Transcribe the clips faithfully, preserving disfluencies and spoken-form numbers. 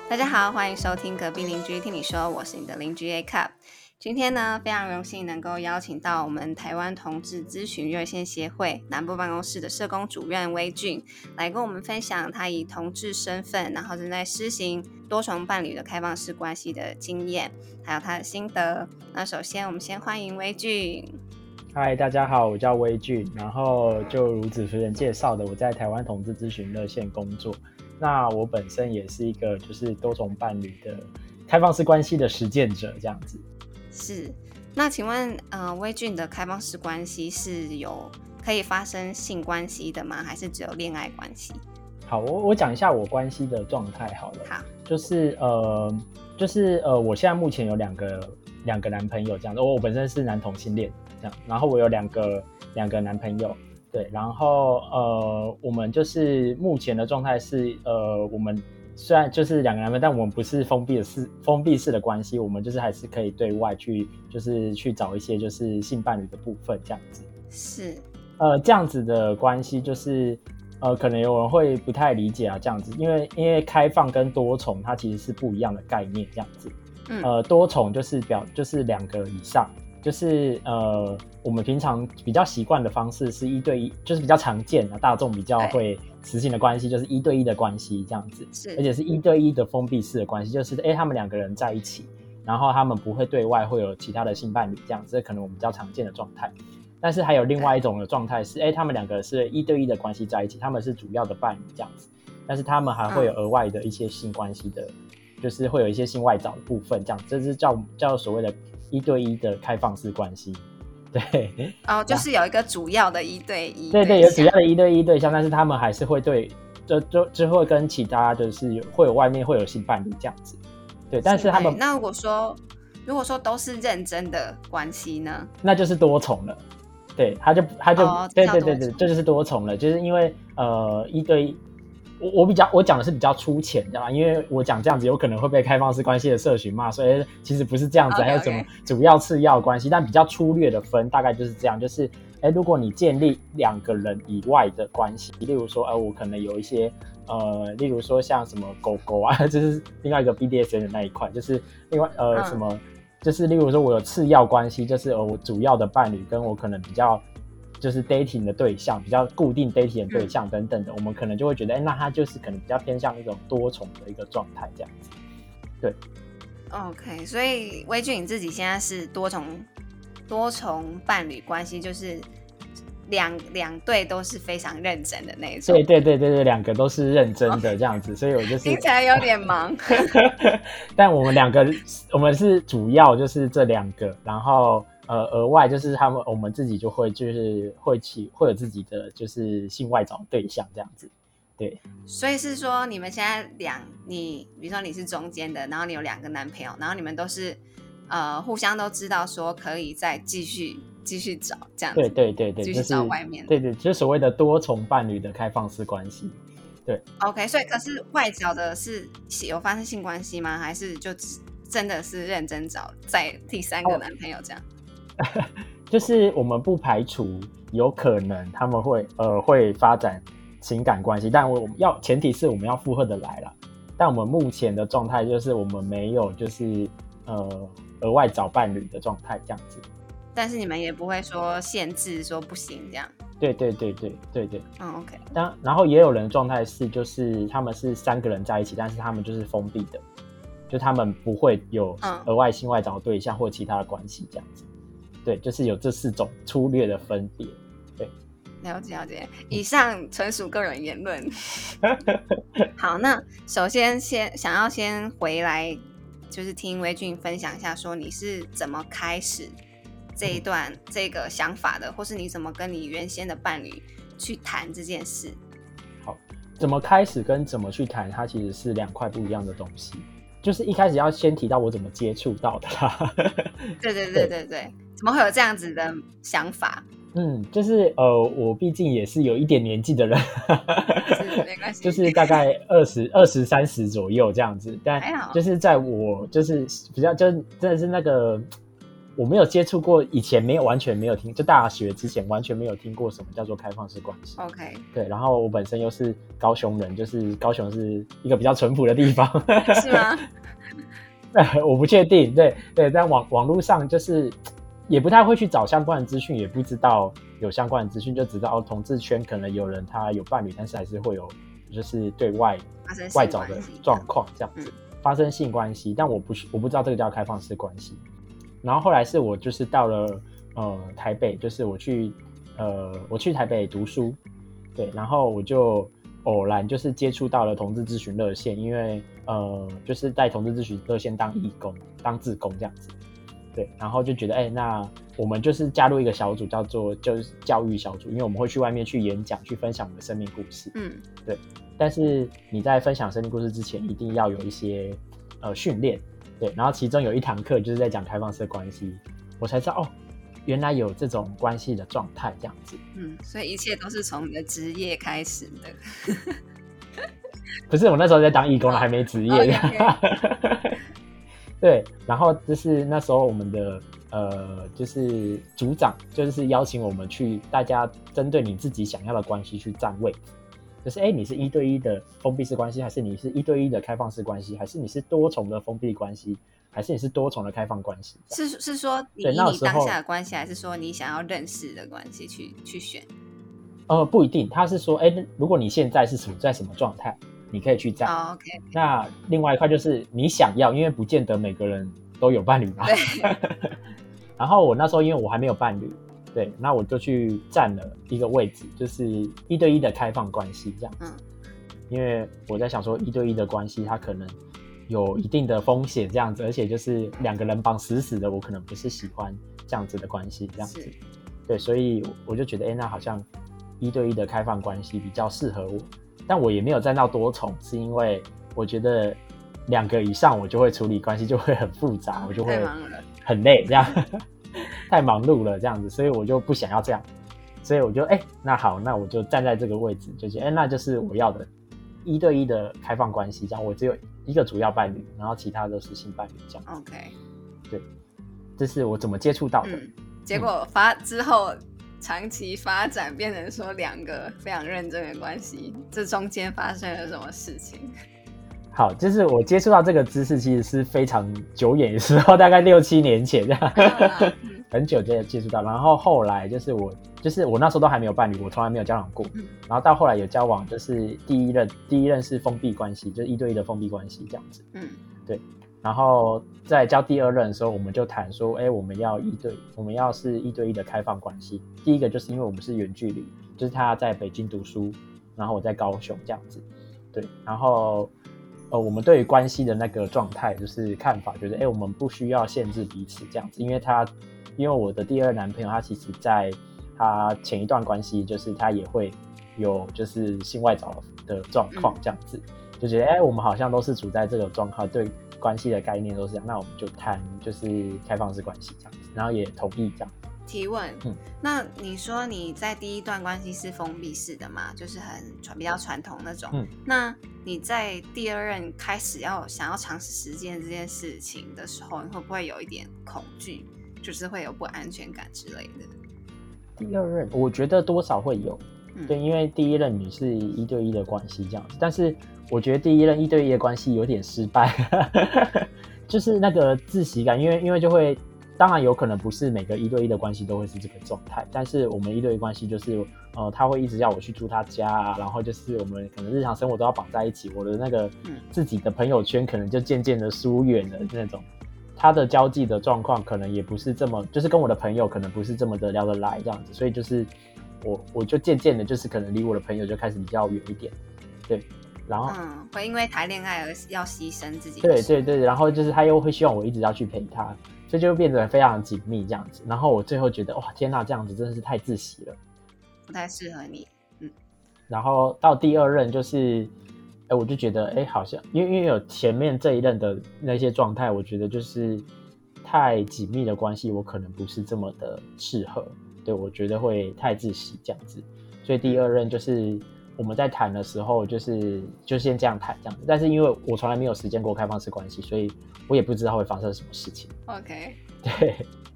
大家好，欢迎收听隔壁邻居听你说，我是你的邻居 A Cup。今天呢，非常荣幸能够邀请到我们台湾同志咨询热线协会南部办公室的社工主任威俊，来跟我们分享他以同志身份，然后正在施行多重伴侣的开放式关系的经验，还有他的心得。那首先，我们先欢迎威俊。 嗨，大家好，我叫威俊，然后就如主持人介绍的，我在台湾同志咨询热线工作。那我本身也是一个就是多重伴侣的开放式关系的实践者，这样子。 是，那请问，呃，威俊的开放式关系是有可以发生性关系的吗？还是只有恋爱关系？ 好，我我讲一下我关系的状态好了。 好， 就是呃，就是呃，我现在目前有两个两个男朋友这样子，我本身是男同性恋这样，然后我有两个两个男朋友。对，然后呃，我们就是目前的状态是，呃，我们虽然就是两个男朋友，但我们不是封闭的式封闭式的关系，我们就是还是可以对外去，就是去找一些就是性伴侣的部分这样子。 是， 呃，这样子的关系就是，呃，可能有人会不太理解啊，这样子，因为因为开放跟多重它其实是不一样的概念，这样子。 嗯， 呃，多重就是表就是两个以上。就是呃，我们平常比较习惯的方式是一对一，就是比较常见的大众比较会实行的关系，就是一对一的关系这样子，而且是一对一的封闭式的关系，就是哎，他们两个人在一起，然后他们不会对外会有其他的性伴侣这样子，这可能我们比较常见的状态。但是还有另外一种的状态是，哎，他们两个是一对一的关系在一起，他们是主要的伴侣这样子，但是他们还会有额外的一些性关系的，嗯、就是会有一些性外找的部分这样子，这是叫叫所谓的一对一的开放式关系。对， 哦，就是有一个主要的一对一， 对对，有主要的一对一对象，但是他们还是会对，就就就会跟其他就是会有外面会有性伴侣这样子。对，但是他们那如果说如果说都是认真的关系呢， 那就是多重了。对，他就他就、 哦、 对对对对，这就是多重了，就是因为呃一对一。我我比较我讲的是比较粗浅，知道吗？因为我讲这样子有可能会被开放式关系的社群骂，所以其实不是这样子， okay, okay. 还有什么主要次要关系，但比较粗略的分大概就是这样，就是哎，如果你建立两个人以外的关系，例如说呃，我可能有一些呃，例如说像什么狗狗啊，这是另外一个 B D S M 的那一块，就是另外呃、嗯、什么，就是例如说我有次要关系，就是呃我主要的伴侣跟我可能比较。就是 dating 的对象，比较固定 dating 的对象等等的，嗯、我们可能就会觉得，哎，那他就是可能比较偏向一种多重的一个状态这样子。对 ，OK， 所以威俊你自己现在是多重多重伴侣关系，就是两两对都是非常认真的那一种。 对对对对对，两个都是认真的这样子，哦、所以我就是听起来有点忙。 但我们两个，我们是主要就是这两个，然后。呃，额外就是他们，我们自己就会就是会起会有自己的就是性外找对象这样子，对。 所以是说你们现在两，你比如说你是中间的，然后你有两个男朋友，然后你们都是呃互相都知道说可以再继续继续找这样子， 对对对对， 继续找外面的， 对对，就是所谓的多重伴侣的开放式关系，对。 OK， 所以可是外找的是有发生性关系吗？还是就真的是认真找在第三个男朋友这样？哦就是我们不排除有可能他们会呃会发展情感关系，但我们要前提是我们要负荷的来啦。但我们目前的状态就是我们没有就是呃额外找伴侣的状态这样子。 但是你们也不会说限制说不行这样。 对对对对对对。 嗯 OK。 但然后也有人的状态是就是他们是三个人在一起，但是他们就是封闭的，就他们不会有额外性外找对象或其他的关系这样子。对，就是有这四种粗略的分别。对， 了解了解。以上纯属个人言论。好，那首先先想要先回来，就是听威俊分享一下，说你是怎么开始这一段这个想法的，或是你怎么跟你原先的伴侣去谈这件事。 好，怎么开始跟怎么去谈，它其实是两块不一样的东西。就是一开始要先提到我怎么接触到的啦。 对对对对对，怎么会有这样子的想法？ 嗯，就是呃，我毕竟也是有一点年纪的人， 是没关系， 就是大概二十二十三十左右这样子。但就是在我就是比较就真的是那个我没有接触过，以前没有完全没有听，就大学之前完全没有听过什么叫做开放式关系。 OK， 对，然后我本身又是高雄人，就是高雄是一个比较淳朴的地方， 是吗？ 我不确定，对对，在网网络上就是也不太会去找相关的资讯，也不知道有相关的资讯，就知道哦，同志圈可能有人他有伴侣，但是还是会有就是对外外找的状况这样子、嗯、发生性关系，但我不我不知道这个叫开放式关系。然后后来是我就是到了呃台北，就是我去呃我去台北读书，对，然后我就偶然就是接触到了同志咨询热线，因为呃就是在同志咨询热线当义工当志工这样子，对，然后就觉得哎、欸，那我们就是加入一个小组叫做就是教育小组，因为我们会去外面去演讲，去分享我们的生命故事，嗯，对，但是你在分享生命故事之前，一定要有一些呃训练。对，然后其中有一堂课就是在讲开放式关系，我才知道哦，原来有这种关系的状态这样子。 嗯，所以一切都是从你的职业开始的。 不是，我那时候在当义工了， oh, 还没职业。 Okay, okay. 对，然后就是那时候我们的呃，就是组长就是邀请我们去，大家针对你自己想要的关系去站位。就是哎，你是一对一的封闭式关系，还是你是一对一的开放式关系，还是你是多重的封闭关系，还是你是多重的开放关系？ 是是说你以你当下的关系，还是说你想要认识的关系去去选？ 呃，不一定，他是说，哎，如果你现在是处在什么状态，你可以去站。 Oh, okay. 那另外一块就是你想要，因为不见得每个人都有伴侣嘛。然后我那时候因为我还没有伴侣。对，那我就去占了一个位置，就是一对一的开放关系这样子、嗯、因为我在想说一对一的关系它可能有一定的风险这样子，而且就是两个人绑死死的，我可能不是喜欢这样子的关系这样子。对，所以我就觉得哎、欸，那好像一对一的开放关系比较适合我，但我也没有占到多重，是因为我觉得两个以上我就会处理关系就会很复杂，我就会很累这样太忙碌了这样子，所以我就不想要这样，所以我就哎、欸，那好，那我就站在这个位置，就觉得哎、欸，那就是我要的一对一的开放关系，这样我只有一个主要伴侣，然后其他都是性伴侣这样。 OK， 对，这是我怎么接触到的。 嗯、结果发、嗯、之后长期发展变成说两个非常认真的关系，这中间发生了什么事情？ 好，就是我接触到这个知识其实是非常久远的时候，大概六七年前这样。很久就接触到，然后后来就是我，就是我那时候都还没有伴侣，我从来没有交往过，嗯、然后到后来有交往，就是第一任，第一任是封闭关系，就是一对一的封闭关系这样子，嗯，对，然后在交第二任的时候，我们就谈说，哎，我们要一对，我们要是一对一的开放关系。第一个就是因为我们是远距离，就是他在北京读书，然后我在高雄这样子，对，然后。呃，我们对于关系的那个状态就是看法，觉得哎，我们不需要限制彼此这样子，因为他，因为我的第二男朋友他其实在他前一段关系，就是他也会有就是性外找的状况这样子，嗯、就觉得哎，我们好像都是处在这个状况，对关系的概念都是这样，那我们就谈就是开放式关系这样子，然后也同意这样。 提问、嗯，那你说你在第一段关系是封闭式的嘛，就是很比较传统那种、嗯、那你在第二任开始要想要尝试实践这件事情的时候，你会不会有一点恐惧，就是会有不安全感之类的？ 第二任我觉得多少会有、嗯、对，因为第一任你是一对一的关系这样子，但是我觉得第一任一对一的关系有点失败就是那个窒息感，因为因为就会当然有可能不是每个一对一的关系都会是这个状态，但是我们一对一关系就是呃，他会一直要我去住他家啊，然后就是我们可能日常生活都要绑在一起，我的那个自己的朋友圈可能就渐渐的疏远了那种，他的交际的状况可能也不是这么，就是跟我的朋友可能不是这么的聊得来这样子，所以就是我我就渐渐的就是可能离我的朋友就开始比较远一点，对。然后嗯，会因为谈恋爱而要牺牲自己。 对对对，然后就是他又会希望我一直要去陪他，所以就变得非常紧密这样子。然后我最后觉得哇天哪，这样子真的是太窒息了， 不太适合你。嗯。 然后到第二任就是，哎，我就觉得哎，好像因为因为有前面这一任的那些状态，我觉得就是太紧密的关系，我可能不是这么的适合。对，我觉得会太窒息这样子，所以第二任就是。我们在谈的时候，就是就先这样谈这样子，但是因为我从来没有实践过开放式关系，所以我也不知道会发生什么事情。 OK， 对，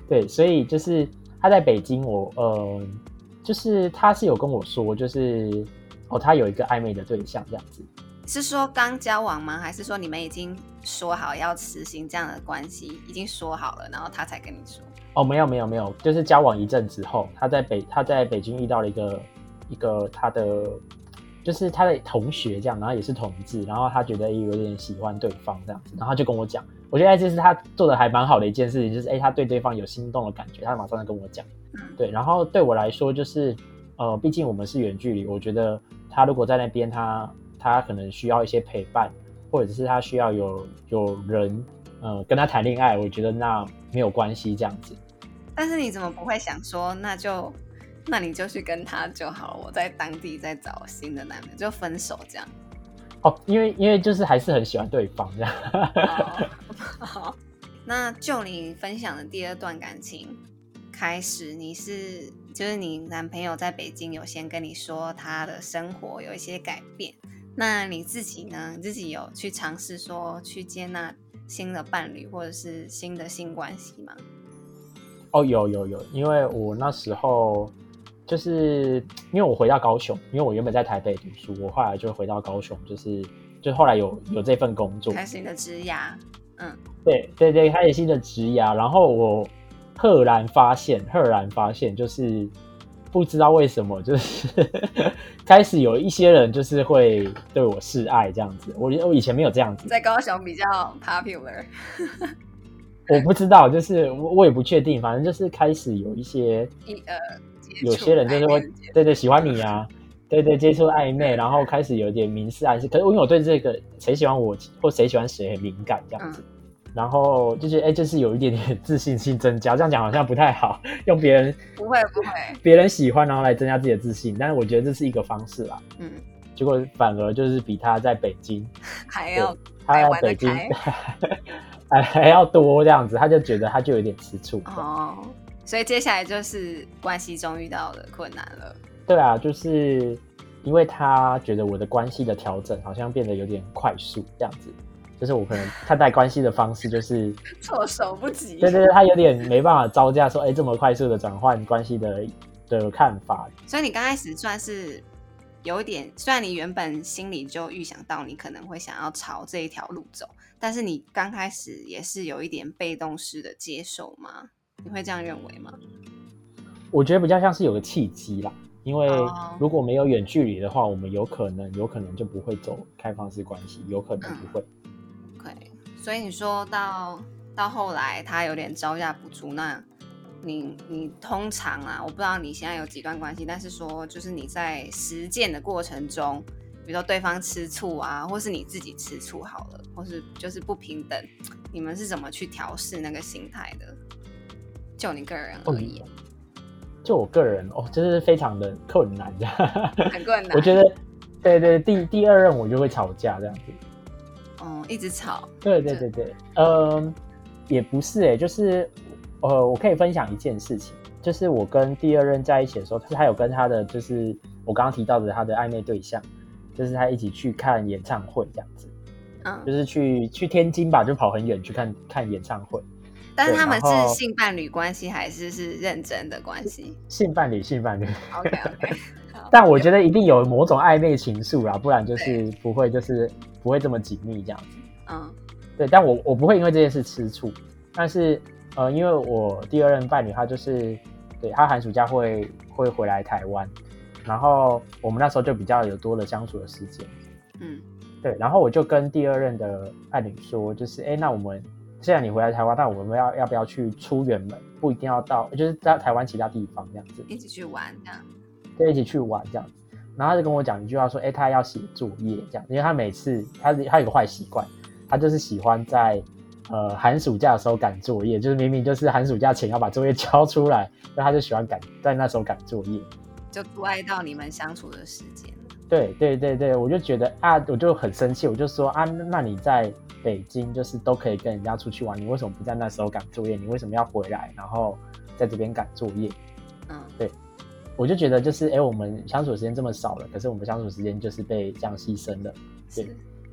对，所以就是他在北京我，我呃，就是他是有跟我说，就是哦，他有一个暧昧的对象这样子。 是说刚交往吗？还是说你们已经说好要实行这样的关系，已经说好了，然后他才跟你说？ 哦，没有没有没有，就是交往一阵之后，他在北他在北京遇到了一个一个他的就是他的同学这样，然后也是同志，然后他觉得有点喜欢对方这样子，然后他就跟我讲，我觉得这是他做的还蛮好的一件事情，就是哎他对对方有心动的感觉，他马上就跟我讲，对，然后对我来说就是呃，毕竟我们是远距离，我觉得他如果在那边他他可能需要一些陪伴，或者是他需要有有人呃跟他谈恋爱，我觉得那没有关系这样子。 但是你怎么不会想说，那就那你就去跟他就好了，我在当地再找新的男朋友，就分手这样？ 哦，因为因为就是还是很喜欢对方这样。 哦，那就你分享的第二段感情开始，你是就是你男朋友在北京有先跟你说他的生活有一些改变，那你自己呢？你自己有去尝试说去接纳新的伴侣或者是新的性关系吗？ 哦，有有有，因为我那时候就是因为我回到高雄，因为我原本在台北读书，我后来就回到高雄，就是就后来有有这份工作， 开始你的职涯，嗯， 对对对，开始新的职涯，然后我赫然发现，赫然发现就是不知道为什么，就是开始有一些人就是会对我示爱这样子，我我以前没有这样子， 在高雄比较 popular。 我不知道，就是我我也不确定，反正就是开始有一些， 呃， 有些人就是会，对对，喜欢你啊，对对，接触暧昧，然后开始有点明示暗示。可是因为我对这个谁喜欢我或谁喜欢谁很敏感这样子，嗯、然后就觉得哎，就是有一点点自信心增加。这样讲好像不太好，用别人不会不会， 别人喜欢然后来增加自己的自信，但是我觉得这是一个方式啦。嗯，结果反而就是比他在北京还要他在北京。还还要多这样子，他就觉得他就有点吃醋哦，所以接下来就是关系中遇到的困难了。 对啊，就是因为他觉得我的关系的调整好像变得有点快速这样子，就是我可能看待关系的方式就是措手不及。 对对对，他有点没办法招架说，哎，这么快速的转换关系的的看法。 所以你刚开始算是有一点，虽然你原本心里就预想到你可能会想要朝这一条路走。但是你刚开始也是有一点被动式的接受吗？你会这样认为吗？ 我觉得比较像是有个契机啦，因为如果没有远距离的话，我们有可能有可能就不会走开放式关系，有可能不会。 嗯、OK， 所以你说到到后来他有点招架不住，那你你通常啊，我不知道你现在有几段关系，但是说就是你在实践的过程中。比如说对方吃醋啊，或是你自己吃醋好了，或是就是不平等，你们是怎么去调试那个心态的？就你个人而言， 嗯、就我个人哦，就是非常的困难， 很困难。 我觉得，对对，第第二任我就会吵架这样子。 哦、嗯，一直吵。 对对对对，呃，也不是哎、欸，就是呃，我可以分享一件事情，就是我跟第二任在一起的时候，他有跟他的就是我刚刚提到的他的暧昧对象。就是他一起去看演唱会这样子，嗯，就是去去天津吧，就跑很远去看看演唱会。 但是他们是性伴侣关系还是是认真的关系？ 性伴侣，性伴侣。 OK OK 。 但我觉得一定有某种暧昧情愫啦，不然就是不会就是不会这么紧密这样子。嗯，对，但我我不会因为这件事吃醋，但是呃，因为我第二任伴侣他就是对他寒暑假会会回来台湾。然后我们那时候就比较有多了相处的时间，嗯，对。然后我就跟第二任的伴侣说，就是哎，那我们既然你回来台湾，那我们要要不要去出远门？不一定要到，就是在台湾其他地方这样子， 一起去玩这样， 对，一起去玩这样子。然后他就跟我讲一句话说，哎，他要写作业这样，因为他每次他他有个坏习惯，他就是喜欢在呃寒暑假的时候赶作业，就是明明就是寒暑假前要把作业交出来，但他就喜欢赶在那时候赶作业。 就阻碍到你们相处的时间。 对对对对，我就觉得啊，我就很生气，我就说啊，那你在北京就是都可以跟人家出去玩，你为什么不在那时候赶作业？你为什么要回来，然后在这边赶作业？嗯，对，我就觉得就是哎，我们相处的时间这么少了，可是我们相处时间就是被这样牺牲了。对，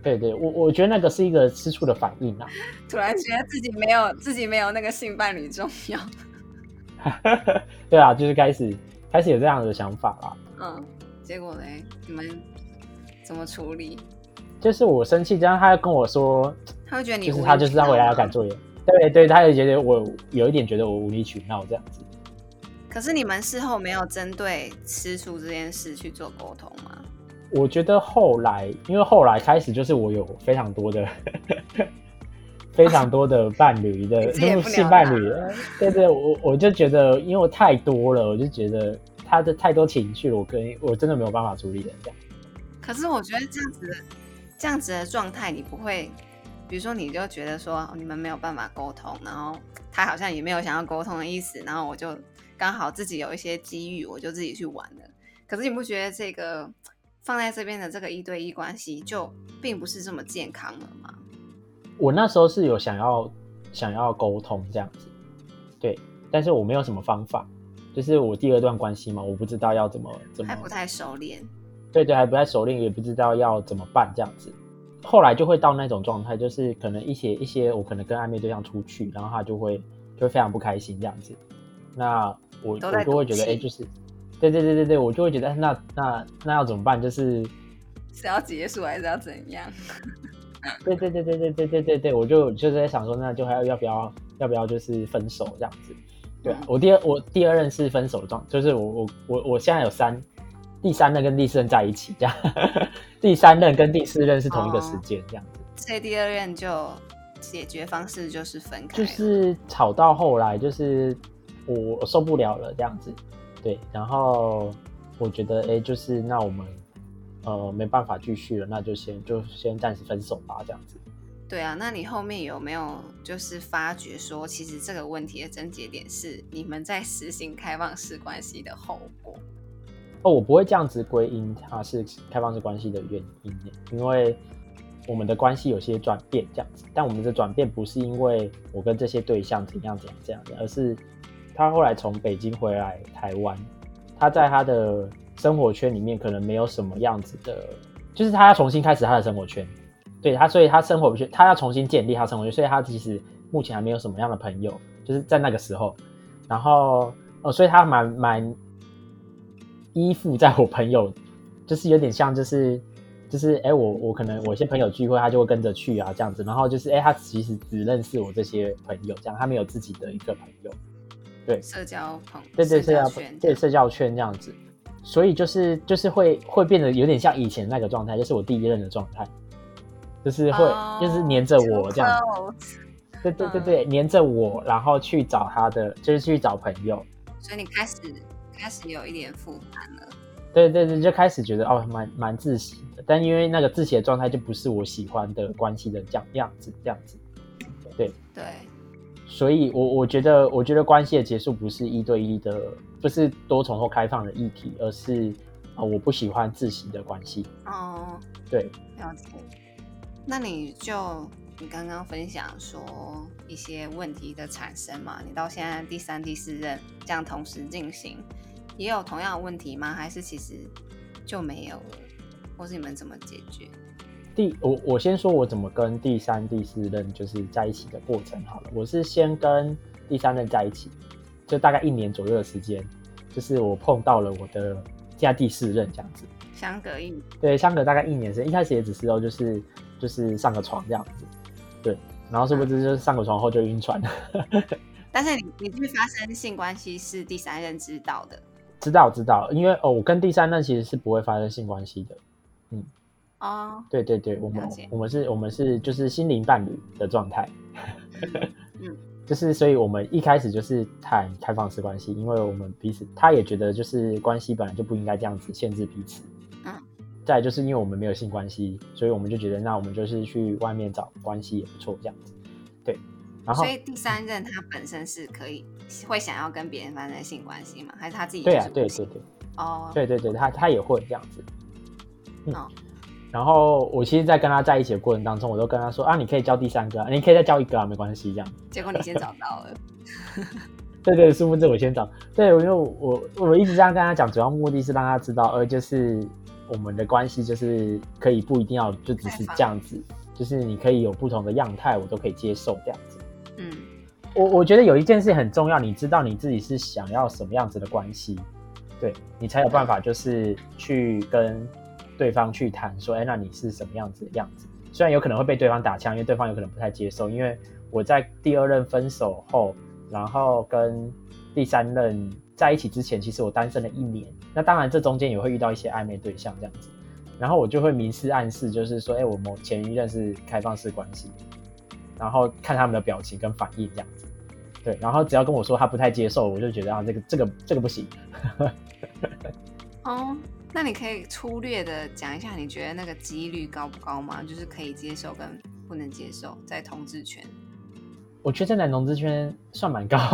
对对，我我觉得那个是一个吃醋的反应啊。 突然觉得自己没有自己没有那个性伴侣重要。 对啊，就是开始开始有这样的想法啦。 嗯，结果嘞，你们怎么处理？ 就是我生气，这样他跟我说， 他会觉得你就是他就是要回来要赶作业。对对，他也觉得我有一点觉得我无理取闹这样子。 可是你们事后没有针对吃醋这件事去做沟通吗？ 我觉得后来，因为后来开始就是我有非常多的非常多的伴侣的性伴侣，对对，我我就觉得，因为我太多了，我就觉得他的太多情绪了，我跟我真的没有办法处理的这样。 可是我觉得这样子的这样子的状态，你不会，比如说你就觉得说、哦、你们没有办法沟通，然后他好像也没有想要沟通的意思，然后我就刚好自己有一些机遇，我就自己去玩了。可是你不觉得这个放在这边的这个一对一关系就并不是这么健康了吗？ 我那时候是有想要想要沟通这样子，对，但是我没有什么方法，就是我第二段关系嘛，我不知道要怎么怎么， 还不太熟练。对对，还不太熟练，也不知道要怎么办这样子。后来就会到那种状态，就是可能一些一些我可能跟暧昧对象出去，然后他就会就会非常不开心这样子。那我我就会觉得，哎、欸，就是，对对对对对，我就会觉得，那那那要怎么办？就是是要结束还是要怎样？ 对对对对对对对对对，我就就是在想说，那就还要要不要要不要就是分手这样子？对啊，我第二我第二任是分手的状，就是我我我我现在有三。第三任跟第四任在一起，这样，第三任跟第四任是同一个时间，这样子。 所以第二任就解决方式就是分开， 就是吵到后来，就是我我受不了了这样子，对，然后我觉得，哎、欸，就是那我们呃没办法继续了，那就先就先暂时分手吧，这样子。 对啊，那你后面有没有就是发觉说，其实这个问题的症结点是你们在实行开放式关系的后果？ 哦，我不会这样子归因它是开放式关系的原因，因为我们的关系有些转变这样子，但我们的转变不是因为我跟这些对象怎样怎样这样的，而是他后来从北京回来台湾，他在他的生活圈里面可能没有什么样子的，就是他要重新开始他的生活圈，对他，所以他生活圈他要重新建立他的生活圈，所以他其实目前还没有什么样的朋友，就是在那个时候，然后哦，所以他蛮蛮。依附在我朋友，就是有点像，就是就是哎、欸，我我可能我一些朋友聚会，他就会跟着去啊，这样子。然后就是哎、欸，他其实只认识我这些朋友，这样他没有自己的一个朋友，对， 社交朋友， 对对社交圈， 对社交圈这样子。所以就是就是会会变得有点像以前那个状态，就是我第一任的状态，就是会、oh, 就是黏着我这样子，对对对对，黏着我，然后去找他的，就是去找朋友。 所以你开始。开始有一点负担了， 对对对，就开始觉得哦，蛮蛮窒息的。但因为那个窒息的状态就不是我喜欢的关系的这样样子，这样子，对对。 所以我我觉得，我觉得关系的结束不是一对一的，不是多重或开放的议题，而是啊、呃，我不喜欢窒息的关系。 哦， 对， 了解。那你就你刚刚分享说一些问题的产生嘛？你到现在第三、第四任这样同时进行。也有同样的问题吗？还是其实就没有了？或是你们怎么解决？ 第我我先说我怎么跟第三、第四任就是在一起的过程好了。我是先跟第三任在一起，就大概一年左右的时间，就是我碰到了我的现在第四任这样子。 相隔一年。 对，相隔大概一年时间，一开始也只是哦，就是就是上个床这样子，对，然后殊不知就是上个床后就晕船了。 但是你你去发生性关系是第三任知道的。 知道知道，因为哦，我跟第三任其实是不会发生性关系的，嗯， 哦， 对对对，我们我们是我们是就是心灵伴侣的状态，嗯，就是所以我们一开始就是谈开放式关系，因为我们彼此他也觉得就是关系本来就不应该这样子限制彼此，嗯，再来就是因为我们没有性关系，所以我们就觉得那我们就是去外面找关系也不错这样子，对。然后所以第三任他本身是可以会想要跟别人发生性关系吗？还是他自己对啊，对对对，哦，对对对，他他也会这样子，嗯。哦、然后我其实，在跟他在一起的过程当中，我都跟他说啊，你可以交第三个、啊，你可以再交一个啊，没关系，这样。 结果你先找到了， 对对，殊不知我先找，对，因为我我我一直这样跟他讲，主要目的是让他知道，呃，就是我们的关系就是可以不一定要就只是这样子，就是你可以有不同的样态，我都可以接受这样子。嗯，我我觉得有一件事很重要，你知道你自己是想要什么样子的关系，对你才有办法就是去跟对方去谈说，哎，那你是什么样子的样子？虽然有可能会被对方打枪，因为对方有可能不太接受。因为我在第二任分手后，然后跟第三任在一起之前，其实我单身了一年。那当然这中间也会遇到一些暧昧对象这样子，然后我就会明示暗示，就是说，哎，我某前一任是开放式关系，然后看他们的表情跟反应这样子。对，然后只要跟我说他不太接受，我就觉得啊，这个这个这个不行。 哦，那你可以粗略的讲一下，你觉得那个几率高不高吗？就是可以接受跟不能接受在同志圈。 我觉得在男同志圈算蛮高，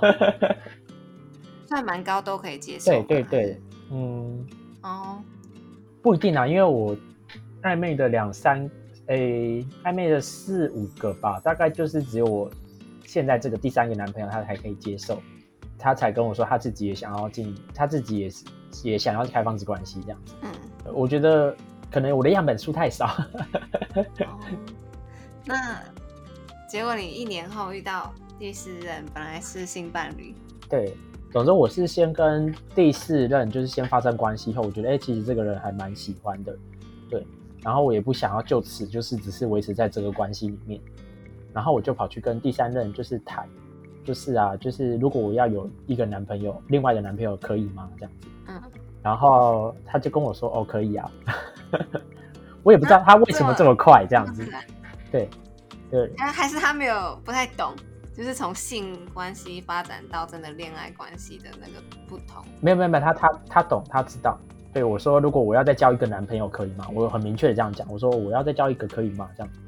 算蛮高，都可以接受。 对对对，嗯， 哦， 不一定啊，因为我暧昧的两三，诶，暧昧的四五个吧，大概就是只有我现在这个第三个男朋友他才可以接受，他才跟我说他自己也想要进，他自己也是也想要开放式关系这样子。嗯，我觉得可能我的样本数太少。 哦，那结果你一年后遇到第四任，本来是性伴侣。 对，总之我是先跟第四任就是先发生关系后，我觉得哎、欸，其实这个人还蛮喜欢的，对，然后我也不想要就此就是只是维持在这个关系里面，然后我就跑去跟第三任就是谈，就是啊，就是如果我要有一个男朋友，另外的男朋友可以吗？这样子，嗯，然后他就跟我说，哦，可以啊，我也不知道他为什么这么快这样子，对，对， 还是他没有不太懂。就是从性关系发展到真的恋爱关系的那个不同。 没有没有没有，他他他懂，他知道。对我说，如果我要再交一个男朋友可以吗？我很明确的这样讲，我说我要再交一个可以吗？这样。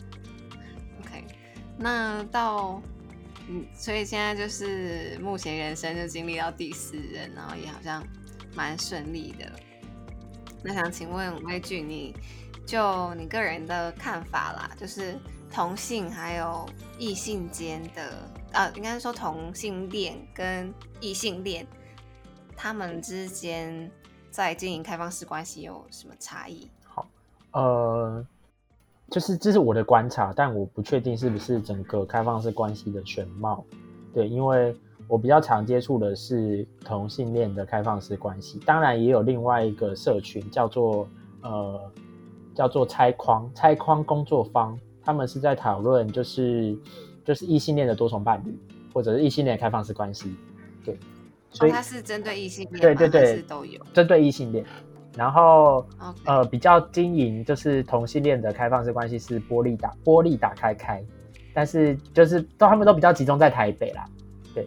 OK， 那到嗯，所以现在就是目前人生就经历到第四任，然后也好像蛮顺利的。那想请问威俊，你就你个人的看法啦，就是同性还有异性间的。呃，应该说同性恋跟异性恋，他们之间在经营开放式关系有什么差异？ 好，呃，就是这是我的观察，但我不确定是不是整个开放式关系的全貌。对，因为我比较常接触的是同性恋的开放式关系，当然也有另外一个社群叫做呃叫做拆框拆框工作坊，他们是在讨论就是。就是异性恋的多重伴侣，或者是异性恋的开放式关系，对， 所以、哦、它是针对异性恋， 对对对， 还是都有针对异性恋。然后、 okay. 呃，比较经营就是同性恋的开放式关系是玻璃打玻璃打开开，但是就是都他们都比较集中在台北啦，对，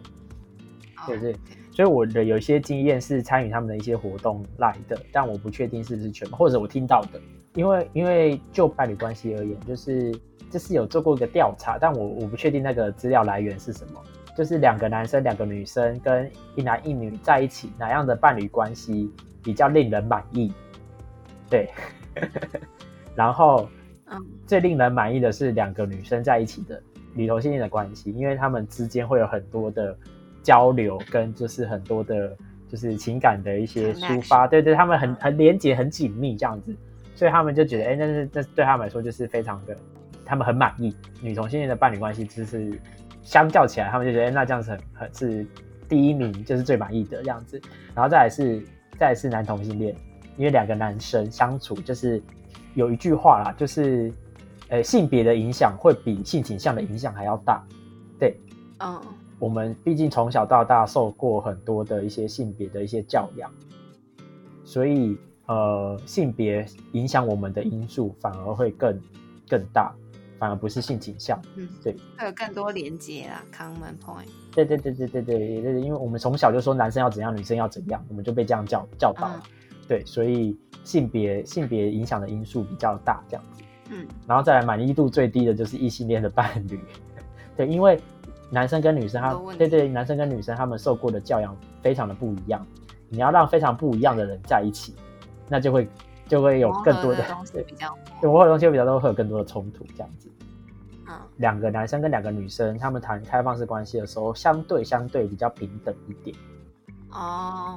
oh, 对对。所以我的有一些经验是参与他们的一些活动来的，但我不确定是不是全部，或者我听到的，因为因为就伴侣关系而言，就是就是有做过一个调查，但我我不确定那个资料来源是什么，就是两个男生两个女生跟一男一女在一起，哪样的伴侣关系比较令人满意？对，然后最令人满意的是两个女生在一起的女同性恋的关系，因为他们之间会有很多的交流跟就是很多的就是情感的一些抒发，对对，他们很很连结很紧密这样子，所以他们就觉得哎，那是那对他们来说就是非常的，他们很满意女同性恋的伴侣关系，就是相较起来他们就觉得那这样子很很是第一名，就是最满意的这样子，然后再来是再来是男同性恋，因为两个男生相处就是有一句话啦，就是呃性别的影响会比性倾向的影响还要大，对，嗯。我们毕竟从小到大受过很多的一些性别的一些教养，所以呃性别影响我们的因素反而会更更大，反而不是性倾向。嗯，对， 会有更多连结啦 ，common point。 对对对对对对对，因为我们从小就说男生要怎样，女生要怎样，我们就被这样教教导了。嗯、对，所以性别性别影响的因素比较大，这样子。嗯，然后再来满意度最低的就是异性恋的伴侣。对，因为男生跟女生他，对对，男生跟女生他们受过的教养非常的不一样。你要让非常不一样的人在一起，那就会就会有更多的东西比较多， 对，磨合的东西会比较多，会有更多的冲突这样子。嗯，两个男生跟两个女生，他们谈开放式关系的时候，相对相对比较平等一点。 哦，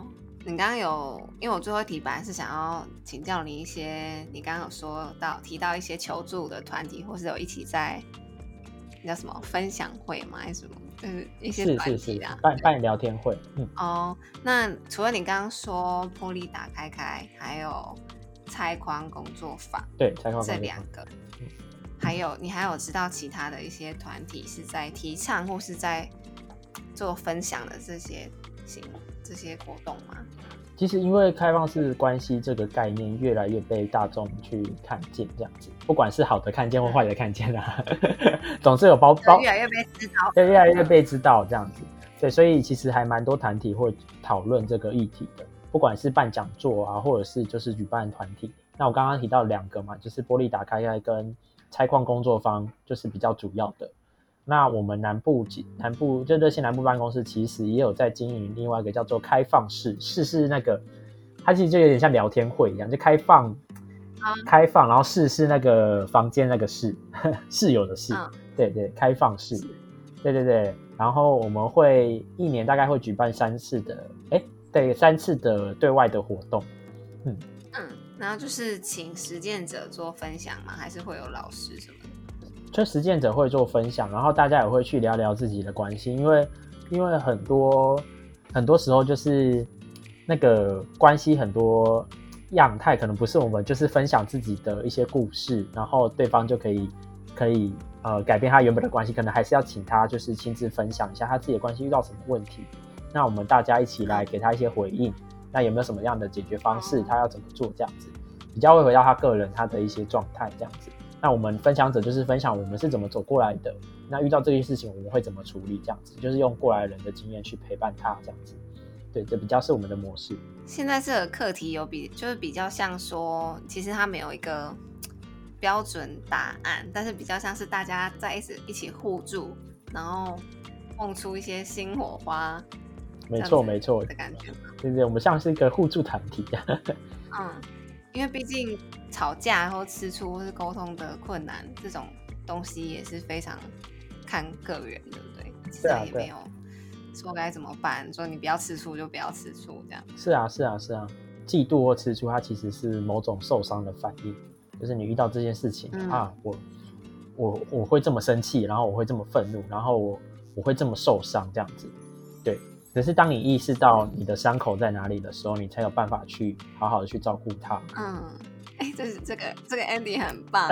你刚刚有，因为我最后一题本来是想要请教你一些，你刚刚有说到提到一些求助的团体，或是有一起在那叫什么分享会吗？还是什么？就是一些团体啦， 办办聊天会。嗯， 哦，那除了你刚刚说玻璃打开开，还有拆框工作坊， 对，拆框这两个，嗯，还有你还有知道其他的一些团体是在提倡或是在做分享的这些行这些活动吗？ 其实因为开放式关系这个概念越来越被大众去看见，这样子，不管是好的看见或坏的看见啊，总是有包包越来越被知道， 对，越来越被知道这样子。对，所以其实还蛮多团体会讨论这个议题的，不管是办讲座啊，或者是就是举办团体。那我刚刚提到两个嘛，就是玻璃打开开跟拆框工作坊，就是比较主要的。那我们南部南部就热线南部办公室其实也有在经营另外一个叫做开放式，室是那个它其实就有点像聊天会一样，就开放、嗯、开放，然后室是那个房间那个室，室友的室、嗯、对对，开放式，对对对。然后我们会一年大概会举办三次的，哎，对，三次的对外的活动。嗯嗯，然后就是请实践者做分享吗？还是会有老师什么的？ 就实践者会做分享，然后大家也会去聊聊自己的关系，因为因为很多很多时候就是那个关系很多样态，可能不是我们就是分享自己的一些故事，然后对方就可以可以呃改变他原本的关系，可能还是要请他就是亲自分享一下他自己的关系遇到什么问题，那我们大家一起来给他一些回应，那有没有什么样的解决方式，他要怎么做，这样子比较会回到他个人他的一些状态这样子。那我们分享者就是分享我们是怎么走过来的，那遇到这些事情我们会怎么处理，这样子就是用过来人的经验去陪伴他这样子。对，这比较是我们的模式。 现在这个课题有比就是比较像说，其实它没有一个标准答案，但是比较像是大家在一起一起互助，然后蹦出一些新火花。 没错没错的感觉。 对对，我们像是一个互助团体。 嗯，因为毕竟吵架或吃醋或是沟通的困难这种东西也是非常看个人，对不对？其实也没有说该怎么办，说你不要吃醋就不要吃醋这样。 是啊是啊是啊，嫉妒或吃醋它其实是某种受伤的反应，就是你遇到这件事情、嗯、啊，我我我会这么生气，然后我会这么愤怒，然后我我会这么受伤这样子。对，可是当你意识到你的伤口在哪里的时候，你才有办法去好好的去照顾它。 嗯，哎、欸，这是这个这个 Andy 很棒。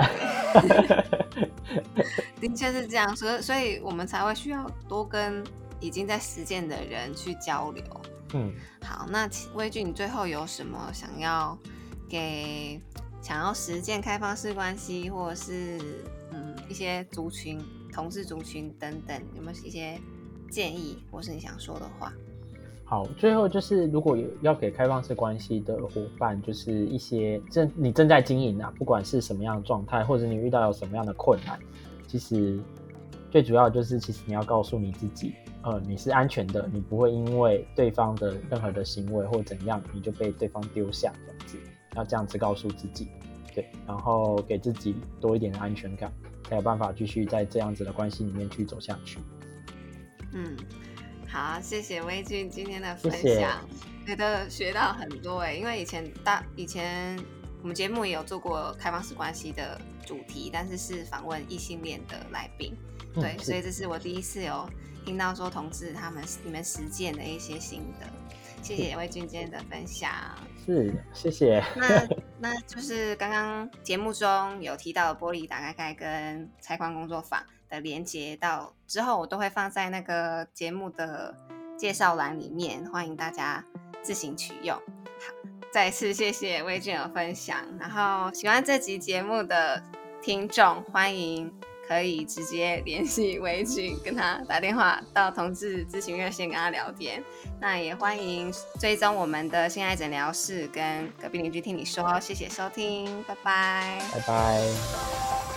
的确是这样，所以所以我们才会需要多跟已经在实践的人去交流。 嗯， 好，那威俊，你最后有什么想要给想要实践开放式关系，或者是嗯一些族群、同志族群等等，有没有一些建议，或是你想说的话？ 好，最后就是如果有要给开放式关系的伙伴，就是一些正你正在经营啊，不管是什么样的状态，或者你遇到有什么样的困难，其实最主要就是其实你要告诉你自己，呃，你是安全的，你不会因为对方的任何的行为或怎样，你就被对方丢下这样子，要这样子告诉自己，对，然后给自己多一点的安全感，才有办法继续在这样子的关系里面去走下去。 嗯。好，谢谢威俊今天的分享，觉得学到很多哎，因为以前大以前我们节目也有做过开放式关系的主题，但是是访问异性恋的来宾，对、嗯，所以这是我第一次有听到说同志他们你们实践的一些心得，谢谢威俊今天的分享， 是谢谢。 那那就是刚刚节目中有提到的玻璃打开开跟拆框工作坊的连结到之后，我都会放在那个节目的介绍栏里面，欢迎大家自行取用。好，再次谢谢威俊的分享。然后喜欢这集节目的听众，欢迎可以直接联系威俊，跟他打电话到同志咨询热线跟他聊天。那也欢迎追踪我们的性爱诊疗室跟隔壁邻居听你说。谢谢收听，拜拜， 拜拜。